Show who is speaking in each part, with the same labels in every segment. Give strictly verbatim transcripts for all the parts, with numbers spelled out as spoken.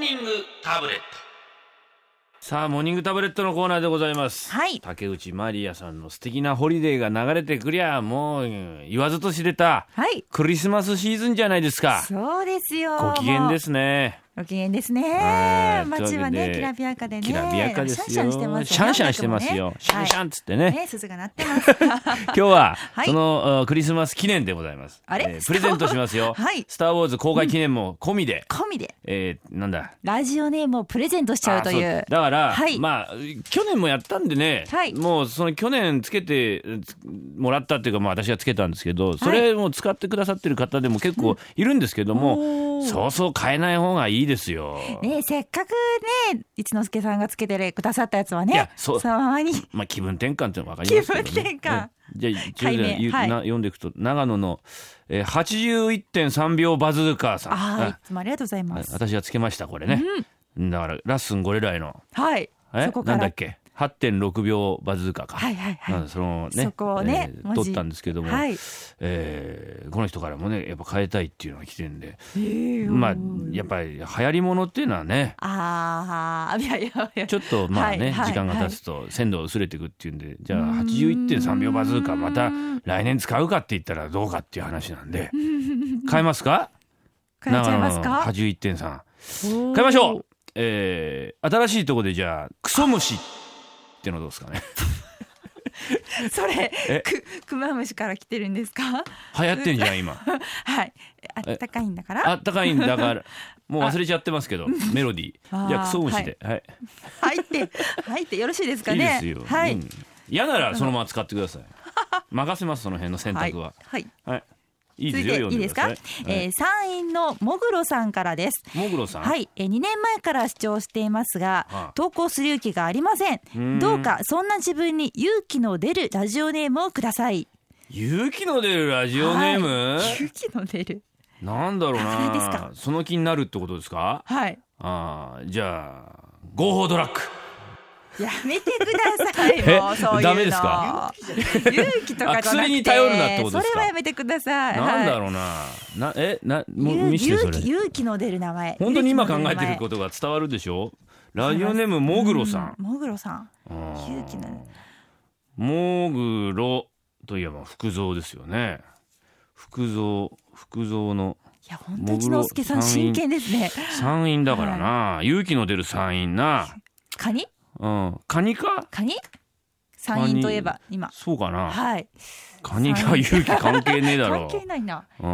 Speaker 1: ニングタブレット。さあモーニングタブレットのコーナーでございます、
Speaker 2: はい、
Speaker 1: 竹内まりやさんの素敵なホリデーが流れてくりゃもう言わずと知れた、
Speaker 2: はい、
Speaker 1: クリスマスシーズンじゃないですか。
Speaker 2: そうですよ。
Speaker 1: ご機嫌ですね。
Speaker 2: ご機嫌ですね。街はねきらびやかでね、
Speaker 1: きらびやかですよ。
Speaker 2: シャンシャンしてますよ。
Speaker 1: シャンシャンしてますよ、ね、シャンシャンつってね、
Speaker 2: ね、鈴が鳴ってます
Speaker 1: 今日は、はい、そのクリスマス記念でございます。
Speaker 2: あれ、
Speaker 1: えー、プレゼントしますよ、はい、スターウォーズ公開記念も込みで、
Speaker 2: うん、込みで、
Speaker 1: えー、なんだ
Speaker 2: ラジオネームをプレゼントしちゃうという。
Speaker 1: だから、
Speaker 2: はい、
Speaker 1: まあ去年もやったんでね、はい、もうその去年つけてもらったっていうか、まあ、私がつけたんですけど、それも使ってくださってる方でも結構いるんですけども、うん、そうそう変えない方がいいですよ。
Speaker 2: ね、せっかくね一之輔さんがつけてくださったやつはね、いや そ, そのままに、
Speaker 1: まあ、気分転換っていうのが分かりますけど、ね、
Speaker 2: 気分転換、
Speaker 1: じゃあ一応じゃあ、はい、読んでいくと、長野の、えー、はちじゅういってんさんびょうバズーカーさん、
Speaker 2: あ、いつもありがとうございます。
Speaker 1: 私がつけましたこれね、うん、だからラッスンゴレライの、
Speaker 2: はい、
Speaker 1: え
Speaker 2: そこから
Speaker 1: なんだっけ はちてんろくびょうバズーカーか、
Speaker 2: はいはいはい、
Speaker 1: そのね、
Speaker 2: そこをね、
Speaker 1: えー、取ったんですけども、
Speaker 2: はい、
Speaker 1: えー、この人からもねやっぱ変えたいっていうのが来てるんで、えー、まあやっぱり流行り物っていうのはね、
Speaker 2: あ、いやいやいや、ち
Speaker 1: ょっとまあね、はいはい、時間が経つと鮮度が薄れていくっていうんで、じゃあ はちじゅういってんさんびょうバズーカーまた来年使うかって言ったらどうかっていう話なんで変えますか。
Speaker 2: 変えちゃいますか。
Speaker 1: はちじゅういってんさん 変えましょう。えー、新しいところでじゃあクソムシってのどうですかね
Speaker 2: それくクマムシから来てるんですか。
Speaker 1: 流行ってんじゃん今
Speaker 2: はい、あったかいんだから
Speaker 1: あったかいんだからもう忘れちゃってますけどメロディーじゃあクソムシで、はい、
Speaker 2: 入って入ってよろしいですかね。
Speaker 1: いいですよ、
Speaker 2: はい、うん、
Speaker 1: 嫌ならそのまま使ってください任せます、その辺の選択は。はい、はい、いいですよ、読んでください。いいですか、はい、えー、山陰のもぐろさんからです。 もぐろさん、
Speaker 2: はい、えー、にねんまえから視聴していますが、はあ、投稿する勇気がありません。どうかそんな自分に勇気の出るラジオネームをください。
Speaker 1: 勇気の出るラジオネーム、
Speaker 2: はい、勇気の出る
Speaker 1: なんだろうな
Speaker 2: ですか。
Speaker 1: その気になるってことですか。
Speaker 2: はい、
Speaker 1: あ、じゃあ合法ドラッグ
Speaker 2: やめてくださいもうそういうの
Speaker 1: ダメですか。
Speaker 2: 勇気とかじゃなくて
Speaker 1: 薬に頼るなってことですか。
Speaker 2: それはやめてください。
Speaker 1: なんだろうな、はい、なえなもう見せてそれ。
Speaker 2: 勇気の出る名前、
Speaker 1: 本当に今考えてることが伝わるでしょ。ラジオネームもぐろさん、
Speaker 2: うん、もぐろさん、勇気の
Speaker 1: もぐろといえば福蔵ですよね。福蔵福蔵の、
Speaker 2: いや本当一之輔さん真剣ですね。
Speaker 1: 山陰だからな、はい、勇気の出る山陰な。
Speaker 2: カニ、
Speaker 1: うん、カニか。
Speaker 2: カニ山陰といえば今
Speaker 1: そうかな、
Speaker 2: はい、
Speaker 1: カニが勇気関係ねえだろ
Speaker 2: 関係ないな、うん、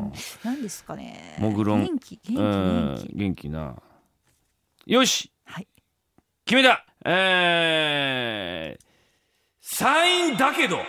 Speaker 2: 何ですかね。
Speaker 1: もぐろん
Speaker 2: 元気元気元気、
Speaker 1: 元気な。よし、
Speaker 2: はい、
Speaker 1: 決めた。えー、山陰だけど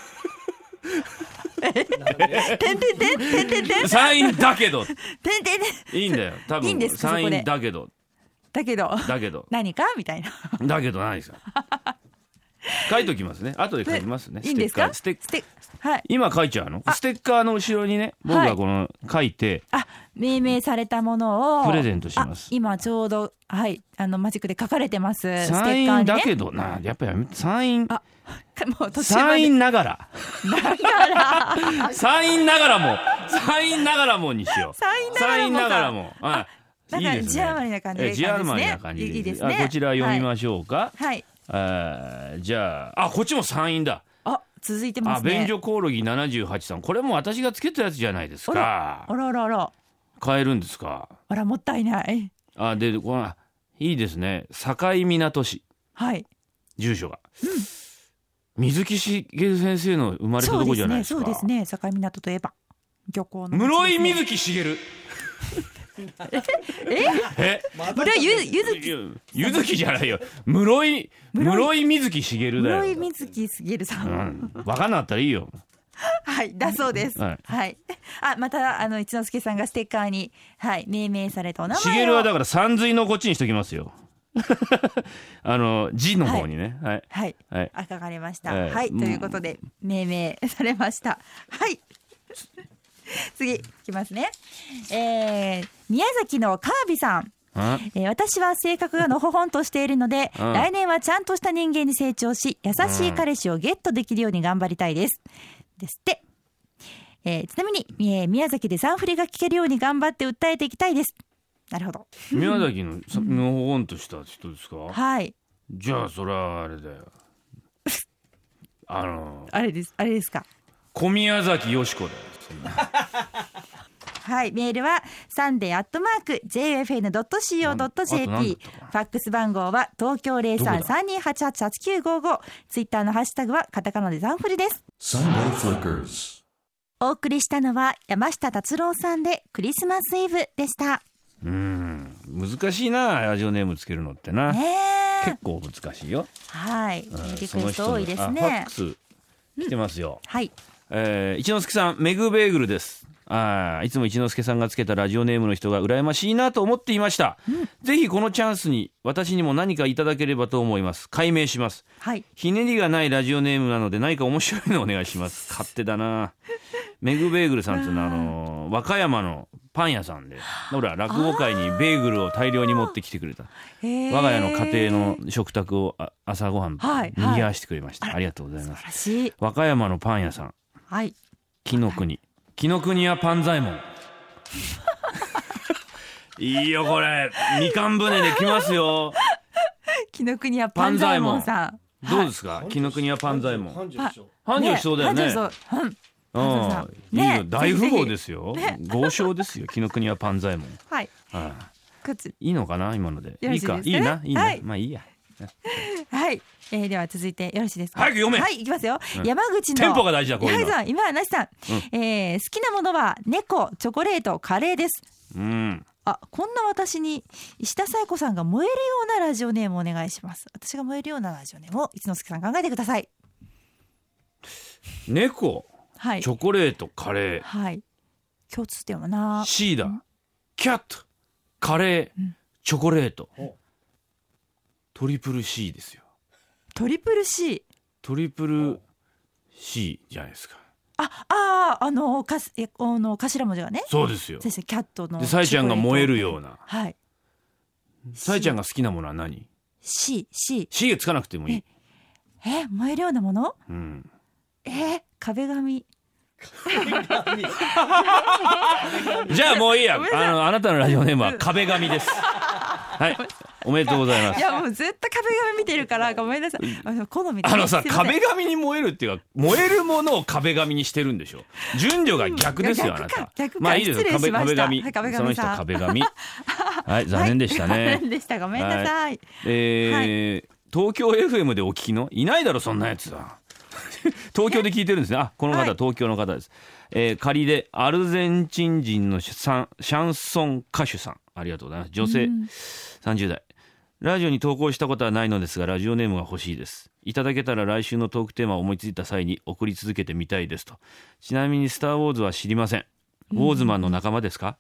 Speaker 2: てんてんてんてんてんてんてん
Speaker 1: 山陰だけど
Speaker 2: てんてんてん
Speaker 1: いいんだよ多分。いいんですか。山陰だけど
Speaker 2: だけど
Speaker 1: だけど
Speaker 2: 何かみたいな
Speaker 1: だけど何ですか書いときますね。後で書きますね。
Speaker 2: いいんですか。
Speaker 1: ステッカー、ステッ
Speaker 2: はい、
Speaker 1: 今書いちゃうの。ステッカーの後ろにね僕がこの書いて、
Speaker 2: はい、あ、命名されたものを
Speaker 1: プレゼントします。
Speaker 2: 今ちょうど、はい、あのマジックで書かれてます。
Speaker 1: 山陰だけどな、やっぱり山陰、
Speaker 2: あ、もう
Speaker 1: 山陰ながら
Speaker 2: ながら
Speaker 1: 山陰ながらも山陰ながらもにしよう。
Speaker 2: 山陰ながら
Speaker 1: もあ
Speaker 2: なんか字余りな感じで、
Speaker 1: 字余りな感じでいいですね。こちら読みましょうか。はい、あ、じゃあ、あ、こっちも山陰だ。
Speaker 2: あ、続いてますね。
Speaker 1: あ、便所コオロギななじゅうはちさん、これも私がつけたやつじゃないですか。
Speaker 2: あらあらあら、
Speaker 1: 買えるんですか。
Speaker 2: あら、もったいない。
Speaker 1: あ、で、このいいですね、境港市、はい、住所が、うん、水木しげる先生の生まれたとこじゃないですか。
Speaker 2: そうですね、そうですね、境港といえば漁港の、
Speaker 1: ね、室井水木しげる
Speaker 2: ええこれはゆゆずき
Speaker 1: ゆずきじゃないよ、室井室井水木しげるだよ。
Speaker 2: 室井水木しげるさん、うん、
Speaker 1: 分かんなかったらいいよ
Speaker 2: はいだそうです。はい、はい、あ、またあの一之輔さんがステッカーに、はい、命名されたお名前を。し
Speaker 1: げるはだからさんずいのこっちにしときますよあの字の方にね、はい
Speaker 2: はい、はい、あ、書かれました、はい、はい、ということで命名されました。はい次いきますね。えー、宮崎のカービさん、えー、私は性格がのほほんとしているので、来年はちゃんとした人間に成長し、優しい彼氏をゲットできるように頑張りたいですですって。えー、ちなみに、えー、宮崎でサンフレが聞けるように頑張って訴えていきたいです。 なるほど。
Speaker 1: 宮崎ののほほんとした人ですか？
Speaker 2: はい。
Speaker 1: じゃあそれはあれだよ。あの
Speaker 2: あれですあれですか。
Speaker 1: 小宮崎よしこだよ。
Speaker 2: はい、メールはサンデーアットマーク ジェイエフエヌドットシーオードットジェーピー、ファックス番号は東京 ゼロさん さんにーはちはちはちきゅうごご、ツイッターのハッシュタグはカタカナでザンフリです。サンデーフリッカーズ。お送りしたのは山下達郎さんでクリスマスイブでした。
Speaker 1: うーん、難しいな、ラジオネームつけるのってな、ね、結構難しいよ。
Speaker 2: はい、リクエスト多いですね。
Speaker 1: ファックス来てますよ、
Speaker 2: うん、はい、
Speaker 1: えー、一之輔さん、メグベーグルです。あ、いつも一之輔さんがつけたラジオネームの人が羨ましいなと思っていました、うん、ぜひこのチャンスに私にも何かいただければと思います。解明します、はい、ひねりがないラジオネームなので何か面白いのお願いします。勝手だな。メグベーグルさんっていうのはあの和歌山のパン屋さんで、ほら落語会にベーグルを大量に持ってきてくれた。我が家の家庭の食卓を朝ごはんにぎわしてくれました、はいはい、ありがとうございます。和歌山のパン屋さん、はい、紀の国、はい、紀ノ国屋パン左衛門いいよこれ、みかん船で来ますよ。
Speaker 2: 紀ノ国屋パン左衛門さん、
Speaker 1: どうですか？紀ノ国屋パン左衛門繁盛しそうだよね。うん、ね、いいよ、大富豪ですよ、ね、豪商ですよ、紀ノ国屋パン左衛門。はい、はあ、いいのかな今ので。いいか、いいな、いいな、はい、まあいいや。
Speaker 2: はい、えー、では続いてよろしいですか？
Speaker 1: 早く読め。
Speaker 2: はい、いきますよ、うん、山口の
Speaker 1: テンポが大事だ。こういうの。
Speaker 2: さん、今はなしさん、うん、えー、好きなものは猫、チョコレート、カレーです。うん、あ、こんな私に石田紗友子さんが燃えるようなラジオネームをお願いします。私が燃えるようなラジオネームを一之輔さん考えてください。
Speaker 1: 猫、はい、チョコレート、カレー、
Speaker 2: はい、共通点はな。
Speaker 1: シーだ、うん、キャット、カレー、うん、チョコレート、トリプル C ですよ。
Speaker 2: トリプル C、
Speaker 1: トリプル C じゃないですか。
Speaker 2: ああ、あのかすえあの頭文字がね。
Speaker 1: そうですよ。
Speaker 2: 先生、キャットの
Speaker 1: で、さえちゃんが燃えるような。
Speaker 2: はい。
Speaker 1: さえちゃんが好きなものは何？
Speaker 2: C、C、
Speaker 1: C がつかなくてもいい。
Speaker 2: え、え燃えるようなもの？うん。え、壁紙。
Speaker 1: じゃあもういいや。あのあなたのラジオネームは壁紙です。はい、おめでとうございます。
Speaker 2: いや、もうずっと壁紙見てるからごめんなさい。あの好みで。
Speaker 1: あのさ、壁紙に燃えるっていうか、燃えるものを壁紙にしてるんでしょ。順序が逆ですよ、うん、あなた。まあいいですよ。壁壁紙、はい、壁紙その人壁紙。はい、残念でしたね。
Speaker 2: 残念でした。ごめんなさい。はい、
Speaker 1: えーはい、東京 エフエム でお聞きのいないだろそんなやつだ。東京で聞いてるんですね。あ、この方、はい、東京の方です。えー、仮でアルゼンチン人のシャンソン歌手さん、ありがとうございます。女性、さんじゅう代。ラジオに投稿したことはないのですが、ラジオネームが欲しいです。いただけたら来週のトークテーマを思いついた際に送り続けてみたいですと。ちなみにスターウォーズは知りません。ウォーズマンの仲間ですか？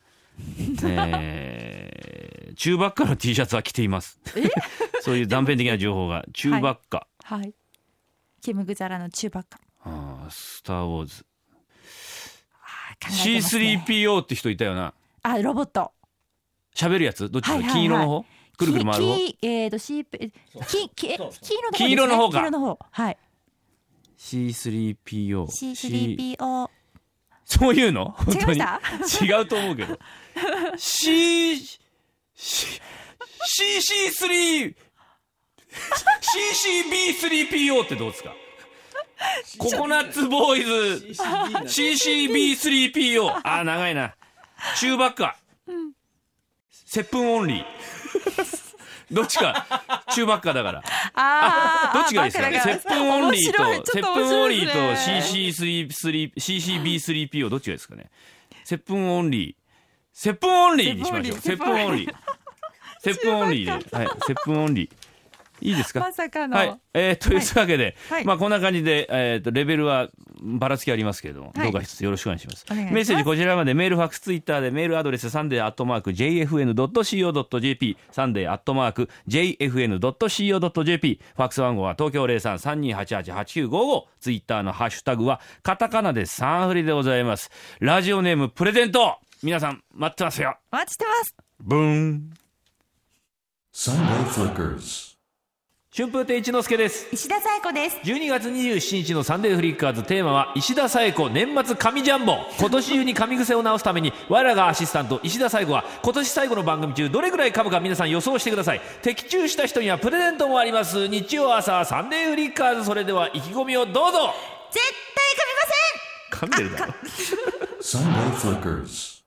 Speaker 1: えー、チューバッカの T シャツは着ています。そういう断片的な情報が。チューバッカ、
Speaker 2: はいはい、ケムグザラのチューバッカ。
Speaker 1: あ、スターウォーズ、ね、シースリーピーオー って人いたよな。
Speaker 2: あ、ロボット
Speaker 1: 喋るやつ、どっち、はいはいはい、金色の方、くるくる回る方、
Speaker 2: えーと、シーピー、黄色の方、
Speaker 1: 黄色の方か、
Speaker 2: 黄色の方、はい、
Speaker 1: シースリーピーオー、
Speaker 2: シースリーピーオー、
Speaker 1: そういうの
Speaker 2: 違いました？
Speaker 1: 違うと思うけどシーシーシースリー シーシービースリーピーオー ってどうですか？ココナッツボーイズ シーシービースリーピーオー、 あー長いな。チューバッカ、うん、接吻オンリーどっちか、チューバッカだから、ああ、どっちがいいですかね。接吻オンリーと接吻オンリーと シーシースリースリー シーシービースリーピーオー どっちがいいですかね。接吻オンリー、接吻オンリーにしましょう。接吻オンリー、接吻オンリーで、はい、接吻オンリーいいですか。
Speaker 2: まさかの、
Speaker 1: はい、えー、というわけで、はい、まあこんな感じで、えー、とレベルはばらつきありますけれども、はい、どうか一つよろしくお願いします。メッセージこちらまで、メール、ファックス、ツイッターで、メールアドレスサンデーアットマーク ジェイエフエヌドットシーオードットジェーピー、 サンデーアットマーク ジェイエフエヌドットシーオードットジェーピー、 ファックス番号は東京 ゼロさん さんにーはちはち はちきゅうごご、ツイッターのハッシュタグはカタカナでサンフリでございます。ラジオネームプレゼント、皆さん待ってますよ。
Speaker 2: 待ちしてます。
Speaker 1: ブーン。サンデーフリッカーズ。 春風亭一之輔です。
Speaker 2: 石田紗友子です。
Speaker 1: じゅうにがつにじゅうしちにちのサンデーフリッカーズ、テーマは石田紗友子年末神ジャンボ。今年中に神癖を直すために我らがアシスタント石田紗友子は今年最後の番組中どれぐらい噛むか皆さん予想してください。的中した人にはプレゼントもあります。日曜朝サンデーフリッカーズ、それでは意気込みをどうぞ。
Speaker 2: 絶対噛みません。
Speaker 1: 噛んでるだろ。
Speaker 3: Sunday Flickers